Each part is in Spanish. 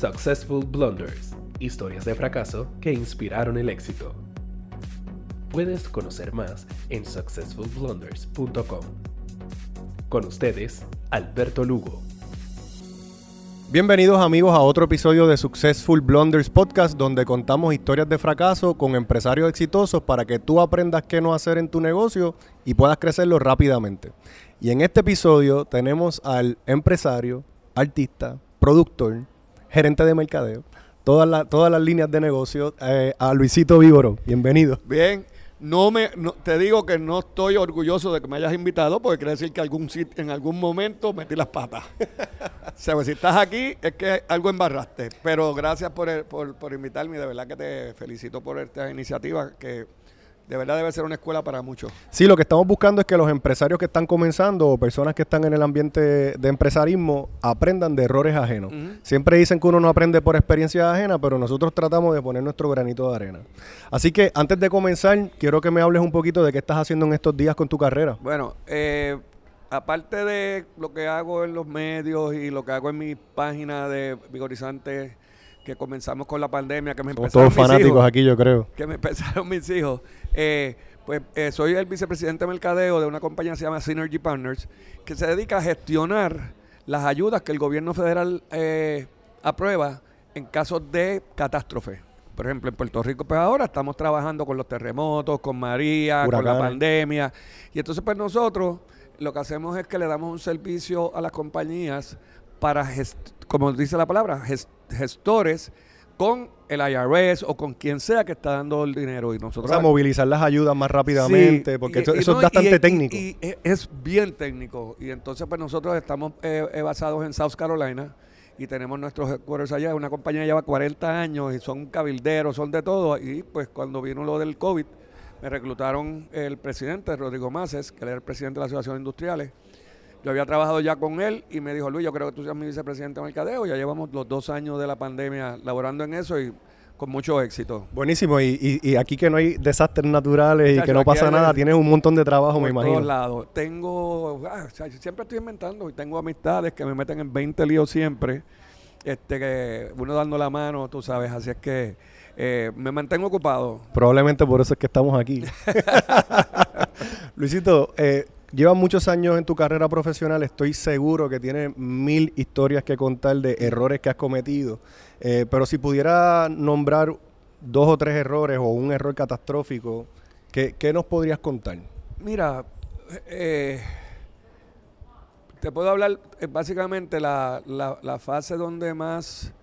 Successful Blunders, historias de fracaso que inspiraron el éxito. Puedes conocer más en successfulblunders.com. Con ustedes, Alberto Lugo. Bienvenidos amigos a otro episodio de Successful Blunders Podcast, donde contamos historias de fracaso con empresarios exitosos para que tú aprendas qué no hacer en tu negocio y puedas crecerlo rápidamente. Y en este episodio tenemos al empresario, artista, productor, gerente de mercadeo, todas las líneas de negocio, a Luisito Víboro. Bienvenido. Bien, te digo que no estoy orgulloso de que me hayas invitado, porque quiere decir que en algún momento metí las patas. O sea, si estás aquí es que algo embarraste. Pero gracias por invitarme, y de verdad que te felicito por esta iniciativa, que de verdad debe ser una escuela para muchos. Sí, lo que estamos buscando es que los empresarios que están comenzando o personas que están en el ambiente de empresarismo aprendan de errores ajenos. Uh-huh. Siempre dicen que uno no aprende por experiencias ajenas, pero nosotros tratamos de poner nuestro granito de arena. Así que antes de comenzar, quiero que me hables un poquito de qué estás haciendo en estos días con tu carrera. Bueno, aparte de lo que hago en los medios y lo que hago en mi página de Vigorizante, que comenzamos con la pandemia, que me Somos todos fanáticos hijos, aquí, yo creo. Que me empezaron mis hijos. Soy el vicepresidente de mercadeo de una compañía que se llama Synergy Partners, que se dedica a gestionar las ayudas que el gobierno federal aprueba en casos de catástrofe. Por ejemplo, en Puerto Rico, pues ahora estamos trabajando con los terremotos, con María, huracanes, con la pandemia. Y entonces, pues nosotros lo que hacemos es que le damos un servicio a las compañías para, como dice la palabra, gestores con el IRS o con quien sea que está dando el dinero. Y nosotros, o sea, movilizar las ayudas más rápidamente, sí, porque eso es bastante técnico. Y es bien técnico. Y entonces, pues nosotros estamos basados en South Carolina y tenemos nuestros headquarters allá. Una compañía lleva 40 años y son cabilderos, son de todo. Y pues cuando vino lo del COVID, me reclutaron el presidente, Rodrigo Maces, que era el presidente de la Asociación de Industriales. Yo había trabajado ya con él y me dijo, Luis, yo creo que tú seas mi vicepresidente de mercadeo. Ya llevamos los 2 años de la pandemia laborando en eso y con mucho éxito. Buenísimo. Y aquí que no hay desastres naturales y que no pasa nada, tienes un montón de trabajo, me imagino. Por todos lados. Siempre estoy inventando y tengo amistades que me meten en 20 líos siempre. Que uno dando la mano, tú sabes. Así es que me mantengo ocupado. Probablemente por eso es que estamos aquí. Luisito, llevas muchos años en tu carrera profesional, estoy seguro que tienes 1000 historias que contar de errores que has cometido, pero si pudiera nombrar 2 o 3 errores o un error catastrófico, ¿qué nos podrías contar? Mira, te puedo hablar básicamente la fase donde más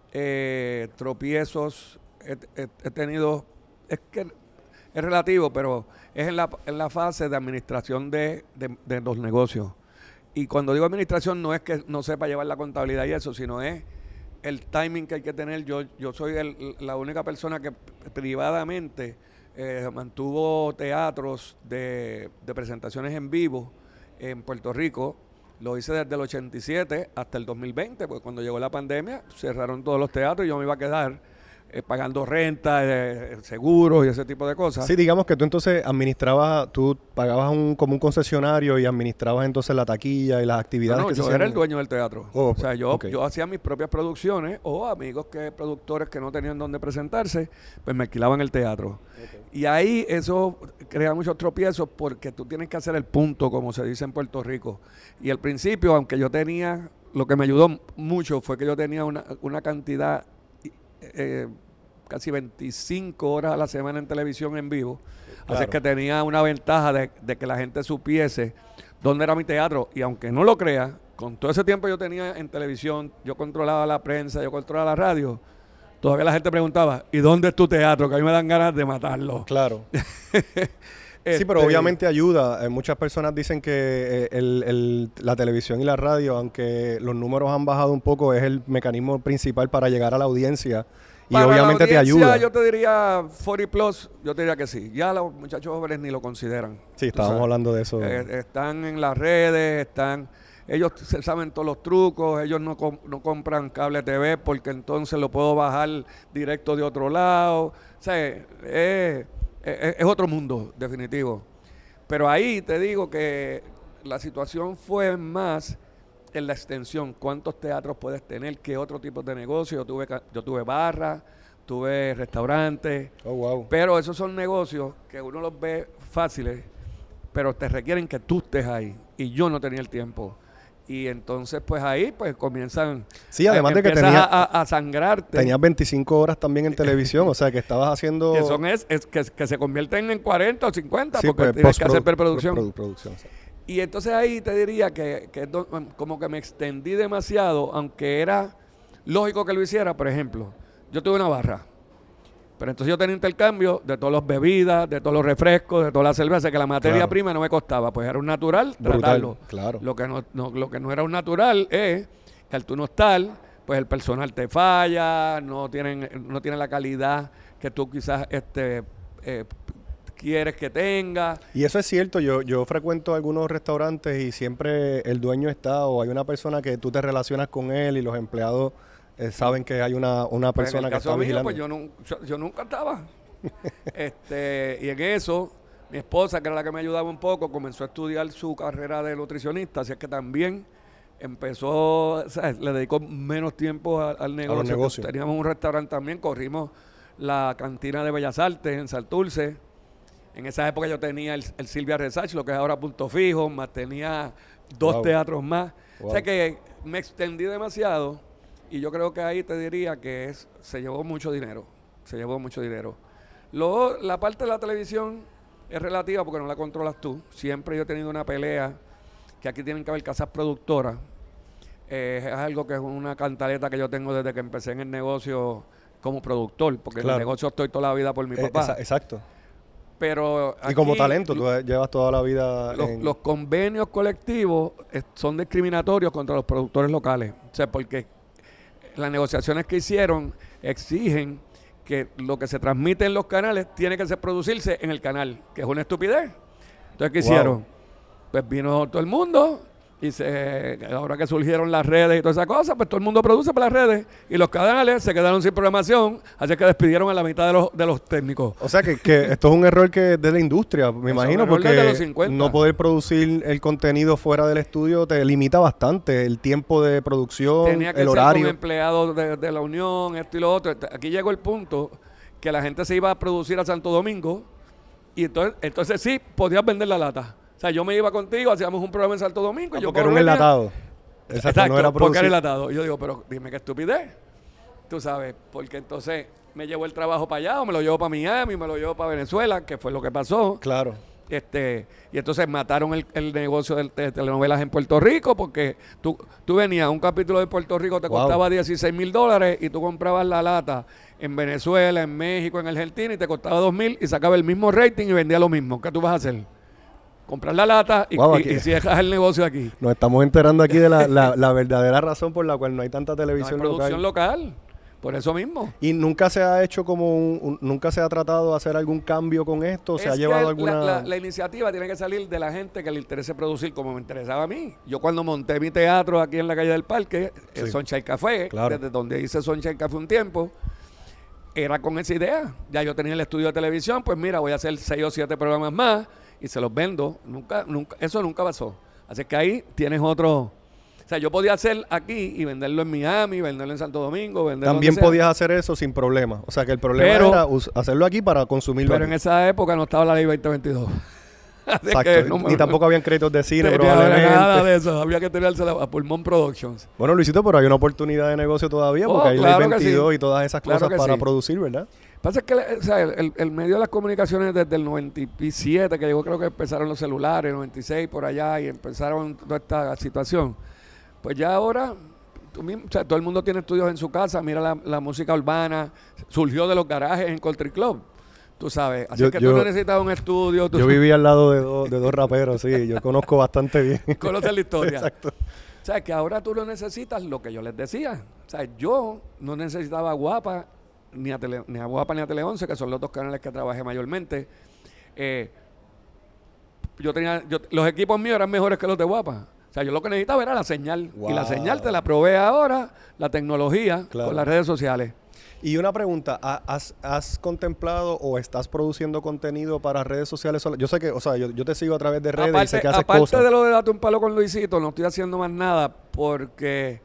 tropiezos he tenido, es que es relativo, pero es en la fase de administración de los negocios. Y cuando digo administración no es que no sepa llevar la contabilidad y eso, sino es el timing que hay que tener. Yo soy la única persona que privadamente mantuvo teatros de presentaciones en vivo en Puerto Rico. Lo hice desde el 87 hasta el 2020, porque cuando llegó la pandemia cerraron todos los teatros y yo me iba a quedar pagando renta, seguros y ese tipo de cosas. Sí, digamos que tú entonces tú pagabas como un concesionario y administrabas entonces la taquilla y las actividades. No, yo era el dueño del teatro. O sea, yo hacía mis propias producciones o amigos productores que no tenían donde presentarse, pues me alquilaban el teatro. Okay. Y ahí eso crea muchos tropiezos porque tú tienes que hacer el punto, como se dice en Puerto Rico. Y al principio, aunque yo tenía, lo que me ayudó mucho fue que yo tenía una cantidad casi 25 horas a la semana en televisión en vivo. Claro. Así que tenía una ventaja de que la gente supiese dónde era mi teatro. Y aunque no lo crea, con todo ese tiempo yo tenía en televisión, yo controlaba la prensa, yo controlaba la radio, todavía la gente preguntaba, ¿y dónde es tu teatro? Que a mí me dan ganas de matarlo. Claro. Sí, pero obviamente ayuda. Muchas personas dicen que la televisión y la radio, aunque los números han bajado un poco, es el mecanismo principal para llegar a la audiencia. Y para obviamente te ayuda. Yo te diría 40 plus, yo te diría que sí. Ya los muchachos jóvenes ni lo consideran. Sí, estábamos hablando de eso. Están en las redes, ellos saben todos los trucos, ellos no compran cable TV porque entonces lo puedo bajar directo de otro lado. O sea, es otro mundo, definitivo. Pero ahí te digo que la situación fue más en la extensión, cuántos teatros puedes tener, qué otro tipo de negocio. Yo tuve barra, tuve restaurantes, pero esos son negocios que uno los ve fáciles, pero te requieren que tú estés ahí, y yo no tenía el tiempo. Y entonces, pues ahí, pues comienzan... Sí, además de que tenías a sangrarte. Tenías 25 horas también en televisión, o sea, que estabas haciendo... Que se convierten en 40 o 50, sí, porque pues, tienes que hacer preproducción. Sí. Y entonces ahí te diría que como que me extendí demasiado, aunque era lógico que lo hiciera. Por ejemplo, yo tuve una barra, pero entonces yo tenía intercambio de todas las bebidas, de todos los refrescos, de toda la cerveza, que la materia prima no me costaba, pues era un natural tratarlo. Claro. Lo que no era un natural es que al tú no estar, pues el personal te falla, no tienen la calidad que tú quizás quieres que tenga. Y eso es cierto, yo frecuento algunos restaurantes y siempre el dueño está, o hay una persona que tú te relacionas con él y los empleados saben que hay una persona que está vigilando. Pues yo nunca estaba. Y en eso, mi esposa, que era la que me ayudaba un poco, comenzó a estudiar su carrera de nutricionista, así es que también empezó, ¿sabes? Le dedicó menos tiempo al negocio. A los negocios. Teníamos un restaurante también, corrimos la cantina de Bellas Artes en Santurce. En esa época yo tenía el Silvia Resach, lo que es ahora Punto Fijo, más tenía 2 teatros más. O sea que me extendí demasiado. Y yo creo que ahí te diría que se llevó mucho dinero. Luego, la parte de la televisión es relativa porque no la controlas tú. Siempre yo he tenido una pelea que aquí tienen que haber casas productoras. Es algo que es una cantaleta que yo tengo desde que empecé en el negocio como productor, porque en el negocio estoy toda la vida por mi papá. Exacto. Pero y como talento, tú llevas toda la vida... Los convenios colectivos son discriminatorios contra los productores locales. O sea, porque las negociaciones que hicieron exigen que lo que se transmite en los canales tiene que producirse en el canal, que es una estupidez. Entonces, ¿qué hicieron? Pues vino todo el mundo y ahora que surgieron las redes y todas esas cosas, pues todo el mundo produce para las redes y los canales se quedaron sin programación, así que despidieron a la mitad de los técnicos. O sea que esto es un error que de la industria, me imagino, porque no poder producir el contenido fuera del estudio te limita bastante el tiempo de producción, tenía que el ser horario. Con empleados de la Unión, esto y lo otro. Aquí llegó el punto que la gente se iba a producir a Santo Domingo y entonces sí podías vender la lata. O sea, yo me iba contigo, hacíamos un programa en Santo Domingo. Porque era un enlatado. Exacto, no era porque era enlatado. Yo digo, pero dime qué estupidez. Tú sabes, porque entonces me llevo el trabajo para allá, o me lo llevo para Miami, me lo llevo para Venezuela, que fue lo que pasó. Claro. Y entonces mataron el negocio de telenovelas en Puerto Rico, porque tú venías, un capítulo de Puerto Rico te costaba $16,000 y tú comprabas la lata en Venezuela, en México, en Argentina, y te costaba $2,000 y sacaba el mismo rating y vendía lo mismo. ¿Qué tú vas a hacer? Comprar la lata y si dejas el negocio aquí. Nos estamos enterando aquí de la verdadera razón por la cual no hay tanta televisión no hay producción local. Por eso mismo. ¿Y nunca se ha hecho nunca se ha tratado de hacer algún cambio con esto? ¿Se ha llevado alguna...? La iniciativa tiene que salir de la gente que le interese producir como me interesaba a mí. Yo cuando monté mi teatro aquí en la calle del Parque, el Sunshine Café, desde donde hice Sunshine Café un tiempo, era con esa idea. Ya yo tenía el estudio de televisión, pues mira, voy a hacer 6 o 7 programas más y se los vendo. Eso nunca pasó. Así que ahí tienes otro... O sea, yo podía hacer aquí y venderlo en Miami, venderlo en Santo Domingo, venderlo también podías hacer eso sin problema. O sea, que el problema era hacerlo aquí para consumirlo. Pero aquí. En esa época no estaba la ley 2022. Exacto. Ni tampoco habían créditos de cine, probablemente. Nada de eso. Había que tenérsela a Pulmón Productions. Bueno, Luisito, pero hay una oportunidad de negocio todavía porque hay ley 22 y todas esas cosas para producir, ¿verdad? Pasa que el medio de las comunicaciones desde el 97, que yo creo que empezaron los celulares, 96 por allá, y empezaron toda esta situación. Pues ya ahora, todo el mundo tiene estudios en su casa, mira la música urbana, surgió de los garajes en Country Club, tú sabes. Así que tú no necesitas un estudio. Yo viví al lado de dos raperos, sí, yo conozco bastante bien. Conoces la historia. Exacto. O sea, que ahora tú no necesitas lo que yo les decía. O sea, yo no necesitaba Guapa, ni a Guapa ni a Tele 11, que son los 2 canales que trabajé mayormente. Los equipos míos eran mejores que los de Guapa. O sea, yo lo que necesitaba era la señal. Wow. Y la señal te la provee ahora la tecnología con las redes sociales. Y una pregunta, ¿has contemplado o estás produciendo contenido para redes sociales? Yo sé que, o sea, yo te sigo a través de redes y sé que haces cosas. Aparte de lo de Date un Palo con Luisito, no estoy haciendo más nada porque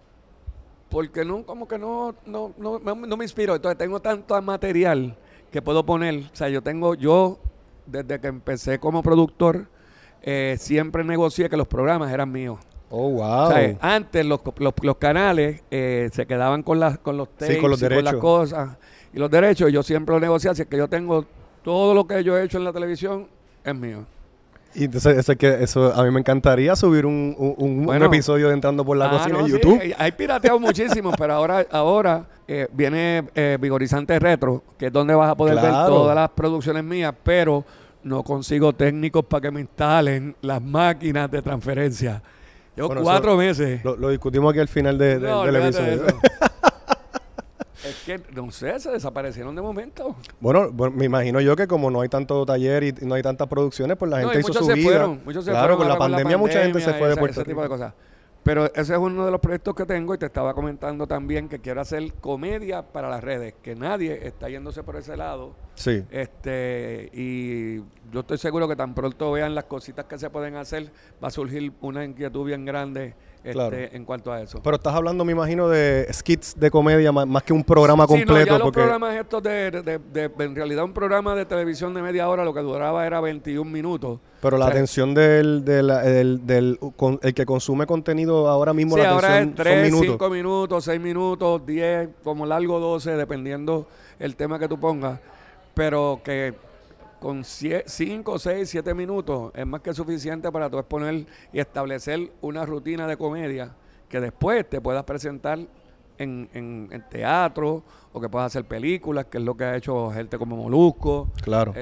no, como que no me inspiro. Entonces tengo tanto material que puedo poner. O sea, yo desde que empecé como productor, siempre negocié que los programas eran míos. Oh, wow. O sea, antes los canales se quedaban con los tapes, con los derechos, con las cosas y los derechos. Yo siempre lo negocié, así que yo tengo todo lo que yo he hecho en la televisión es mío. Y entonces eso a mí me encantaría subir un episodio de Entrando por la Cocina en YouTube. Sí, hay pirateado muchísimo, pero ahora viene Vigorizante Retro, que es donde vas a poder ver todas las producciones mías, pero no consigo técnicos para que me instalen las máquinas de transferencia. Llevo 4 meses. Lo discutimos aquí al final del episodio. Es que, no sé, se desaparecieron de momento. Bueno, me imagino yo que como no hay tanto taller y no hay tantas producciones, pues la gente hizo su vida. Muchos se fueron. Con la pandemia mucha gente se fue de Puerto Rico. Ese tipo de cosas. Pero ese es uno de los proyectos que tengo y te estaba comentando también que quiero hacer comedia para las redes, que nadie está yéndose por ese lado. Sí. Y yo estoy seguro que tan pronto vean las cositas que se pueden hacer, va a surgir una inquietud bien grande en cuanto a eso. Pero estás hablando, me imagino, de skits de comedia más que un programa completo. Sí, no, ya los programas estos en realidad un programa de televisión de media hora lo que duraba era 21 minutos. Pero la atención el que consume contenido ahora mismo, sí, la ahora atención es 3, son minutos. 5 minutos, 6 minutos, 10, como largo 12, dependiendo el tema que tú pongas. Pero que con 5, 6, 7 minutos es más que suficiente para tú exponer y establecer una rutina de comedia que después te puedas presentar en teatro o que puedas hacer películas, que es lo que ha hecho gente como Molusco. Claro.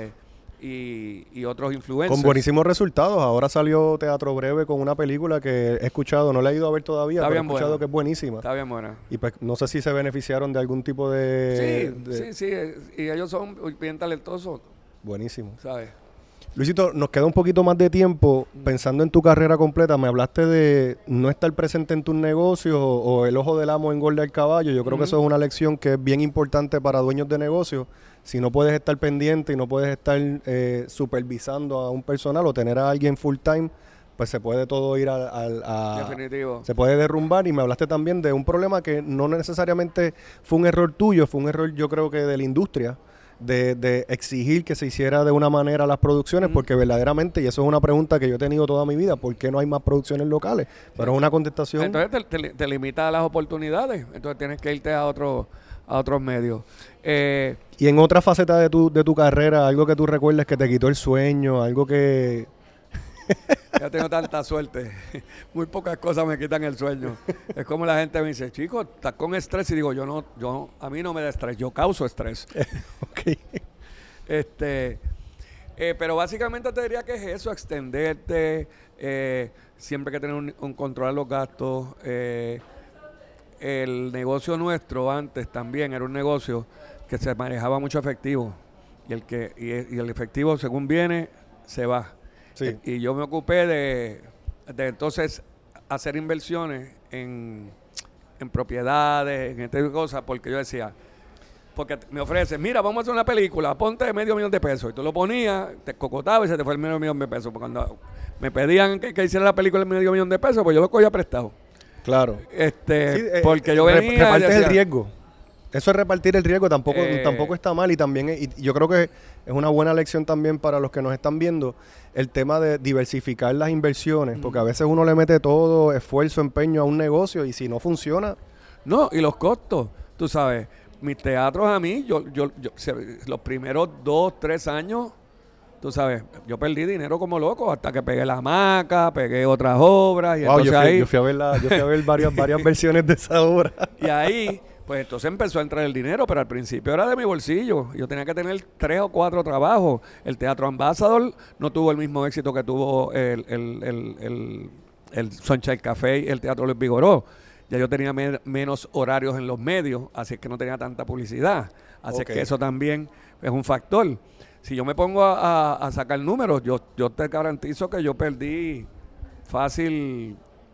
Y otros influencers. Con buenísimos resultados. Ahora salió Teatro Breve con una película que he escuchado, no la he ido a ver todavía, pero he escuchado que es buenísima. Está bien buena. Y pues no sé si se beneficiaron de algún tipo de... Sí. Y ellos son bien talentosos. Buenísimo. ¿Sabes? Luisito, nos queda un poquito más de tiempo. Pensando en tu carrera completa, me hablaste de no estar presente en tus negocios o el ojo del amo engorda el caballo. Yo creo que eso es una lección que es bien importante para dueños de negocios. Si no puedes estar pendiente y no puedes estar supervisando a un personal o tener a alguien full time, pues se puede todo ir Definitivo. Se puede derrumbar. Y me hablaste también de un problema que no necesariamente fue un error tuyo, fue un error yo creo que de la industria. De exigir que se hiciera de una manera las producciones, porque verdaderamente, y eso es una pregunta que yo he tenido toda mi vida, ¿por qué no hay más producciones locales? Pero es una contestación... Entonces te limita a las oportunidades, entonces tienes que irte a otros medios. Y en otra faceta de tu carrera, algo que tú recuerdes que te quitó el sueño, algo que... Ya tengo tanta suerte. Muy pocas cosas me quitan el sueño. Es como la gente me dice, chico, estás con estrés. Y digo, a mí no me da estrés, yo causo estrés. Ok. Pero básicamente te diría que es eso, extenderte, siempre hay que tener un control de los gastos. El negocio nuestro antes también era un negocio que se manejaba mucho efectivo. Y el efectivo, según viene, se va. Sí. Y yo me ocupé de entonces hacer inversiones en propiedades, en este tipo de cosas, porque yo decía, porque me ofrecen, mira, vamos a hacer una película, ponte $500,000 de pesos. Y tú lo ponías, te cocotaba y se te fue el $500,000 de pesos. Porque cuando me pedían que hiciera la película de $500,000 de pesos, pues yo lo cogía prestado. Claro. Porque yo venía... Repartes el riesgo. Eso es repartir el riesgo, tampoco está mal y también y yo creo que es una buena lección también para los que nos están viendo el tema de diversificar las inversiones, porque a veces uno le mete todo esfuerzo, empeño a un negocio y si no funciona... No, y los costos, tú sabes, mis teatros a mí, yo los primeros 2, 3 años, tú sabes, yo perdí dinero como loco hasta que pegué la hamaca, pegué otras obras y entonces yo fui a ver varias versiones de esa obra. Y ahí... Pues entonces empezó a entrar el dinero, pero al principio era de mi bolsillo. Yo tenía que tener 3 o 4 trabajos. El Teatro Ambassador no tuvo el mismo éxito que tuvo el Sunshine Café y el Teatro Luis Vigoró. Ya yo tenía menos horarios en los medios, así que no tenía tanta publicidad. Así que eso también es un factor. Si yo me pongo a sacar números, yo te garantizo que yo perdí fácil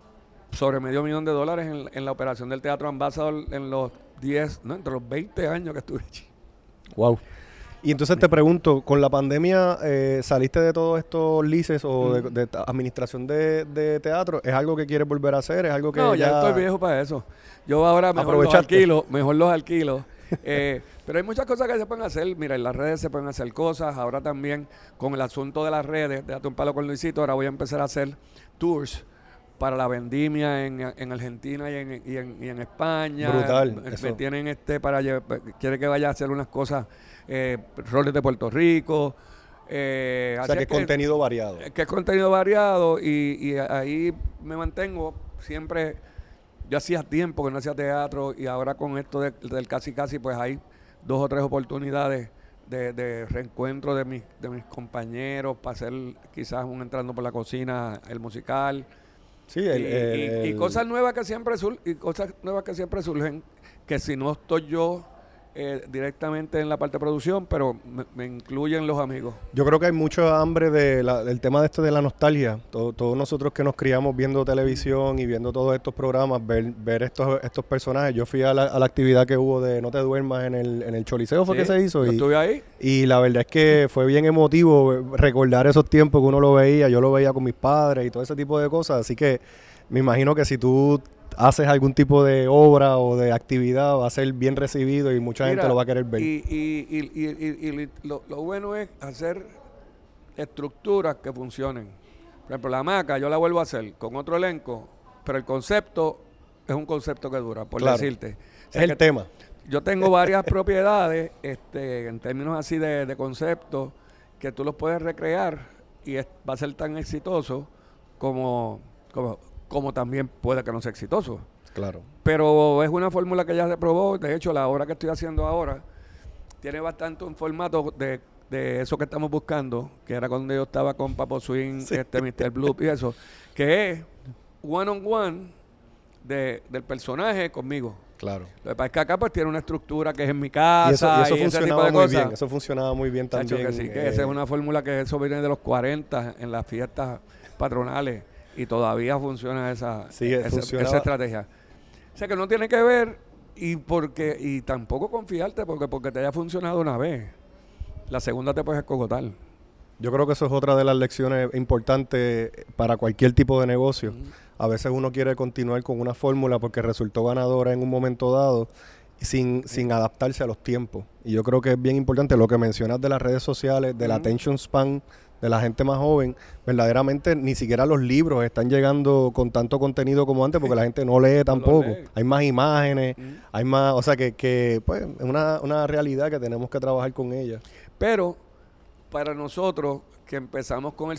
sobre $500,000 en la operación del Teatro Ambassador en los 10, no, entre los 20 años que estuve allí. Wow. Y entonces te pregunto, con la pandemia, ¿saliste de todos estos leases o de administración de teatro? ¿Es algo que quieres volver a hacer? ¿Es algo que no, ya estoy viejo para eso. Yo ahora mejor los alquilo. Pero hay muchas cosas que se pueden hacer. Mira, en las redes se pueden hacer cosas. Ahora también con el asunto de las redes, Date un Palo con Luisito, ahora voy a empezar a hacer tours para la vendimia en Argentina y en España. Brutal. Me tienen quiere que vaya a hacer unas cosas, roles de Puerto Rico. O sea, que es contenido variado. Que es contenido variado y ahí me mantengo siempre. Yo hacía tiempo que no hacía teatro y ahora con esto del casi casi, pues hay 2 o 3 oportunidades de reencuentro de mis compañeros para hacer quizás un Entrando por la Cocina, el musical. Sí, y cosas nuevas que siempre surgen, que si no estoy yo directamente en la parte de producción, pero me incluyen los amigos. Yo creo que hay mucho hambre del tema de la nostalgia. Todos nosotros que nos criamos viendo televisión y viendo todos estos programas, ver estos personajes. Yo fui a la actividad que hubo de No te duermas en el Choliseo, fue que se hizo. Yo estuve ahí. Y la verdad es que fue bien emotivo recordar esos tiempos que uno lo veía. Yo lo veía con mis padres y todo ese tipo de cosas. Así que me imagino que si tú haces algún tipo de obra o de actividad, va a ser bien recibido y mucha gente lo va a querer ver. Y lo bueno es hacer estructuras que funcionen. Por ejemplo, la hamaca yo la vuelvo a hacer con otro elenco, pero el concepto es un concepto que dura, por decirte. O sea, es el tema. Yo tengo varias propiedades en términos así de conceptos que tú los puedes recrear y va a ser tan exitoso como también puede que no sea exitoso. Claro. Pero es una fórmula que ya se probó. De hecho, la obra que estoy haciendo ahora tiene bastante un formato de eso que estamos buscando, que era cuando yo estaba con Papo Swing, Mr. Bloop y eso, que es one-on-one del personaje conmigo. Claro. Lo que pasa es que acá pues tiene una estructura que es en mi casa y eso funcionaba muy bien. Eso funcionaba muy bien también. Que sí, que esa es una fórmula que eso viene de los 40 en las fiestas patronales. Y todavía funciona esa estrategia. O sea que no tiene que ver y tampoco confiarte porque te haya funcionado una vez. La segunda te puedes escogotar. Yo creo que eso es otra de las lecciones importantes para cualquier tipo de negocio. A veces uno quiere continuar con una fórmula porque resultó ganadora en un momento dado sin adaptarse a los tiempos. Y yo creo que es bien importante lo que mencionas de las redes sociales, del attention span de la gente más joven. Verdaderamente ni siquiera los libros están llegando con tanto contenido como antes porque la gente no lee tampoco. Hay más imágenes, hay más, o sea que pues es una realidad que tenemos que trabajar con ella. Pero para nosotros que empezamos con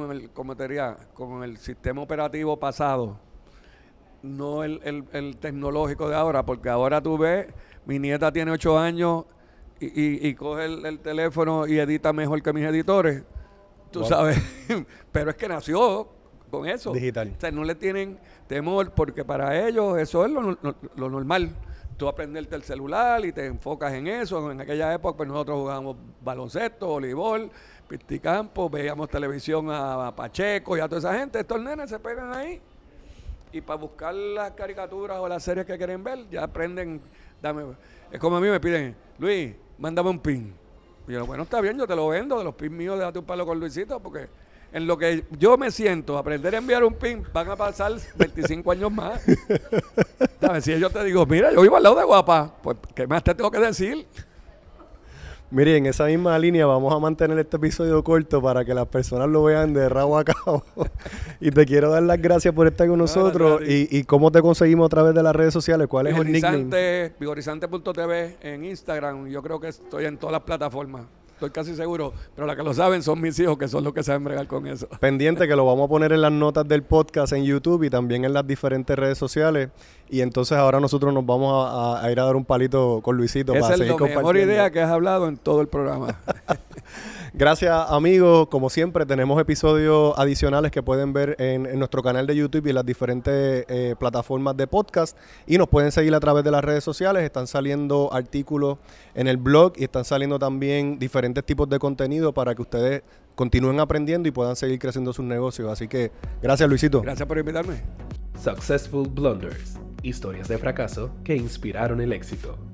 el sistema operativo pasado, no el tecnológico de ahora, porque ahora tú ves, mi nieta tiene 8 años y coge el teléfono y edita mejor que mis editores. Tú sabes, pero es que nació con eso. Digital. O sea, no le tienen temor porque para ellos eso es lo normal. Tú aprenderte el celular y te enfocas en eso. En aquella época pues nosotros jugábamos baloncesto, voleibol, pisticampo, veíamos televisión a Pacheco y a toda esa gente. Estos nenes se pegan ahí y para buscar las caricaturas o las series que quieren ver ya aprenden. Es como a mí me piden, Luis, mándame un pin. Y yo, bueno, está bien, yo te lo vendo de los pins míos, Date un Palo con Luisito, porque en lo que yo me siento, aprender a enviar un pin, van a pasar 25 años más. ¿Sabes? Si yo te digo, mira, yo vivo al lado de Guapa, pues, ¿qué más te tengo que decir? Mire, en esa misma línea vamos a mantener este episodio corto para que las personas lo vean de rabo a cabo. Y te quiero dar las gracias por estar con nosotros. Y cómo te conseguimos a través de las redes sociales. ¿Cuál es el nickname? Vigorizante.tv en Instagram. Yo creo que estoy en todas las plataformas. Estoy casi seguro, pero las que lo saben son mis hijos, que son los que saben bregar con eso. Pendiente, que lo vamos a poner en las notas del podcast en YouTube y también en las diferentes redes sociales. Y entonces ahora nosotros nos vamos a ir a dar un palito con Luisito para seguir compartiendo. Esa es la mejor idea que has hablado en todo el programa. Gracias, amigos. Como siempre, tenemos episodios adicionales que pueden ver en nuestro canal de YouTube y en las diferentes plataformas de podcast. Y nos pueden seguir a través de las redes sociales. Están saliendo artículos en el blog y están saliendo también diferentes tipos de contenido para que ustedes continúen aprendiendo y puedan seguir creciendo sus negocios. Así que, gracias, Luisito. Gracias por invitarme. Successful Blunders, historias de fracaso que inspiraron el éxito.